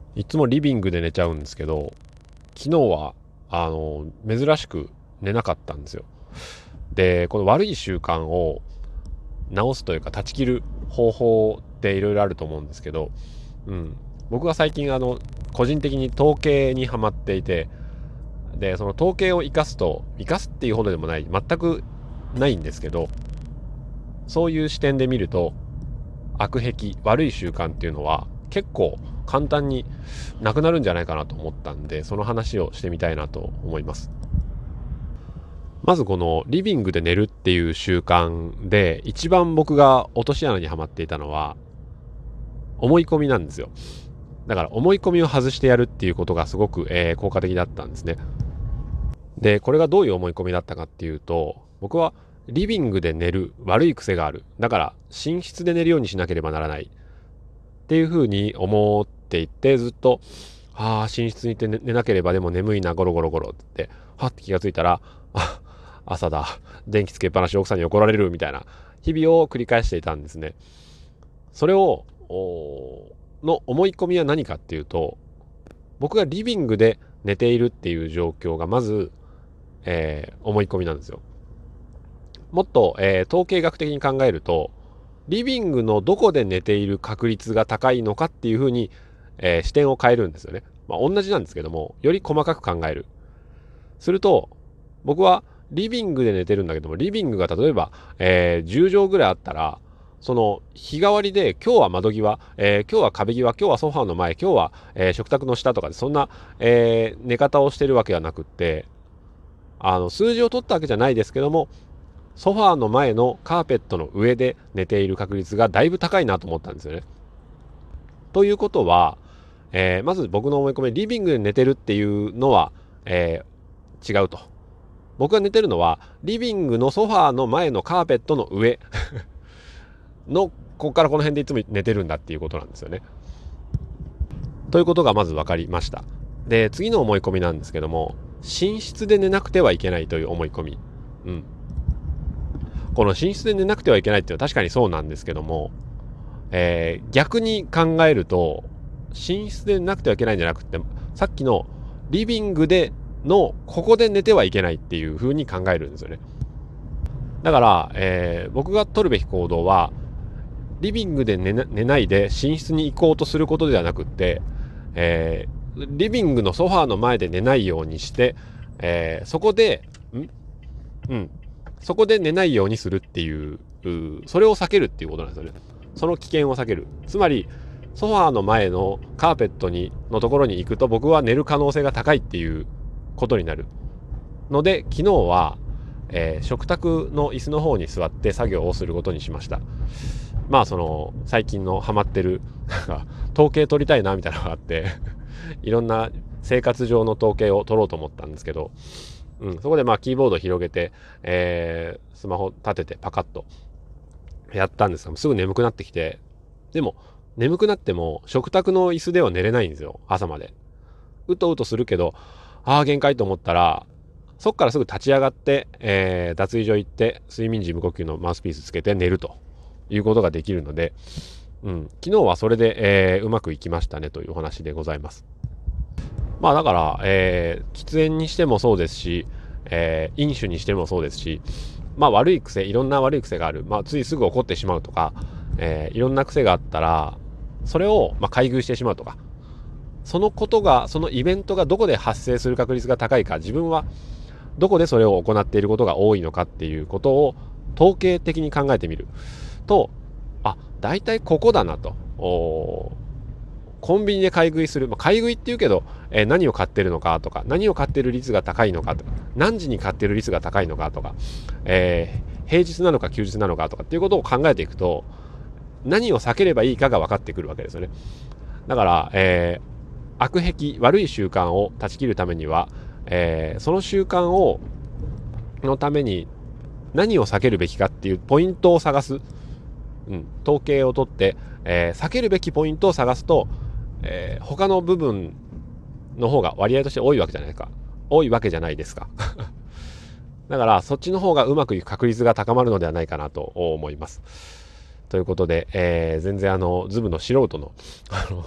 いつもリビングで寝ちゃうんですけど、昨日は珍しく寝なかったんですよ。で、この悪い習慣を直すというか断ち切る方法っていろいろあると思うんですけど、うん、僕は最近個人的に統計にハマっていて、でその統計を生かすっていうほどでもない、全くないんですけど、そういう視点で見ると悪癖、悪い習慣っていうのは結構簡単になくなるんじゃないかなと思ったんで、その話をしてみたいなと思います。まずこのリビングで寝るっていう習慣で一番僕が落とし穴にはまっていたのは思い込みなんですよ。だから思い込みを外してやるっていうことがすごく、効果的だったんですね。でこれがどういう思い込みだったかっていうと、僕はリビングで寝る悪い癖がある、だから寝室で寝るようにしなければならないっていうふうに思っていて、ずっと寝室に行って寝なければ、でも眠いなゴロゴロゴロってはって気がついたら、朝だ、電気つけっぱなし、奥さんに怒られるみたいな日々を繰り返していたんですね。それをの思い込みは何かっていうと、僕がリビングで寝ているっていう状況がまず、思い込みなんですよ。もっと、統計学的に考えると、リビングのどこで寝ている確率が高いのかっていうふうに、視点を変えるんですよね。同じなんですけども、より細かく考える。すると、僕はリビングで寝てるんだけども、リビングが例えば、10畳ぐらいあったら、その日替わりで今日は窓際、今日は壁際、今日はソファーの前、今日は、食卓の下とかで、そんな、寝方をしてるわけはなくって、数字を取ったわけじゃないですけども、ソファーの前のカーペットの上で寝ている確率がだいぶ高いなと思ったんですよね。ということは、まず僕の思い込み、リビングで寝てるっていうのは、違うと。僕が寝てるのはリビングのソファーの前のカーペットの上の、ここからこの辺でいつも寝てるんだっていうことなんですよね。ということがまず分かりました。で、次の思い込みなんですけども、寝室で寝なくてはいけないという思い込み。うん。この寝室で寝なくてはいけないっていうのは確かにそうなんですけども、逆に考えると、寝室で寝なくてはいけないんじゃなくて、さっきのリビングでのここで寝てはいけないっていう風に考えるんですよね。だから、僕が取るべき行動は、リビングで寝ないで寝室に行こうとすることではなくって、リビングのソファーの前で寝ないようにして、そこで、うん、そこで寝ないようにするっていう、それを避けるっていうことなんですよね。その危険を避ける。つまり、ソファーの前のカーペットのところに行くと僕は寝る可能性が高いっていうことになるので、昨日は、食卓の椅子の方に座って作業をすることにしました。その最近のハマってるなんか統計取りたいなみたいなのがあっていろんな生活上の統計を取ろうと思ったんですけど、そこでキーボードを広げて、スマホ立ててパカッとやったんですが、すぐ眠くなってきて、でも眠くなっても食卓の椅子では寝れないんですよ、朝まで。うとうとするけど、限界と思ったら、そっからすぐ立ち上がって、脱衣所行って睡眠時無呼吸のマウスピースつけて寝るということができるので、昨日はそれで、うまくいきましたねというお話でございます。だから、喫煙にしてもそうですし、飲酒にしてもそうですし、悪い癖、いろんな悪い癖がある、ついすぐ怒ってしまうとか、いろんな癖があったら、それを、買い食いしてしまうとか、そのイベントがどこで発生する確率が高いか、自分はどこでそれを行っていることが多いのかっていうことを統計的に考えてみると、大体ここだなと。コンビニで買い食いする、買い食いっていうけど、何を買ってるのかとか、何を買ってる率が高いのかとか、何時に買ってる率が高いのかとか、平日なのか休日なのかとかっていうことを考えていくと、何を避ければいいかが分かってくるわけですよね。だから、悪癖、悪い習慣を断ち切るためには、その習慣のために何を避けるべきかっていうポイントを探す、統計を取って、避けるべきポイントを探すと、他の部分の方が割合として多いわけじゃないですか。多いわけじゃないですか。だからそっちの方がうまくいく確率が高まるのではないかなと思います。ということで、全然ズブの素人の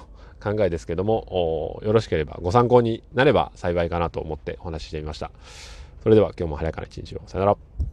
考えですけども、よろしければご参考になれば幸いかなと思ってお話ししてみました。それでは今日も晴れやかな一日を。さよなら。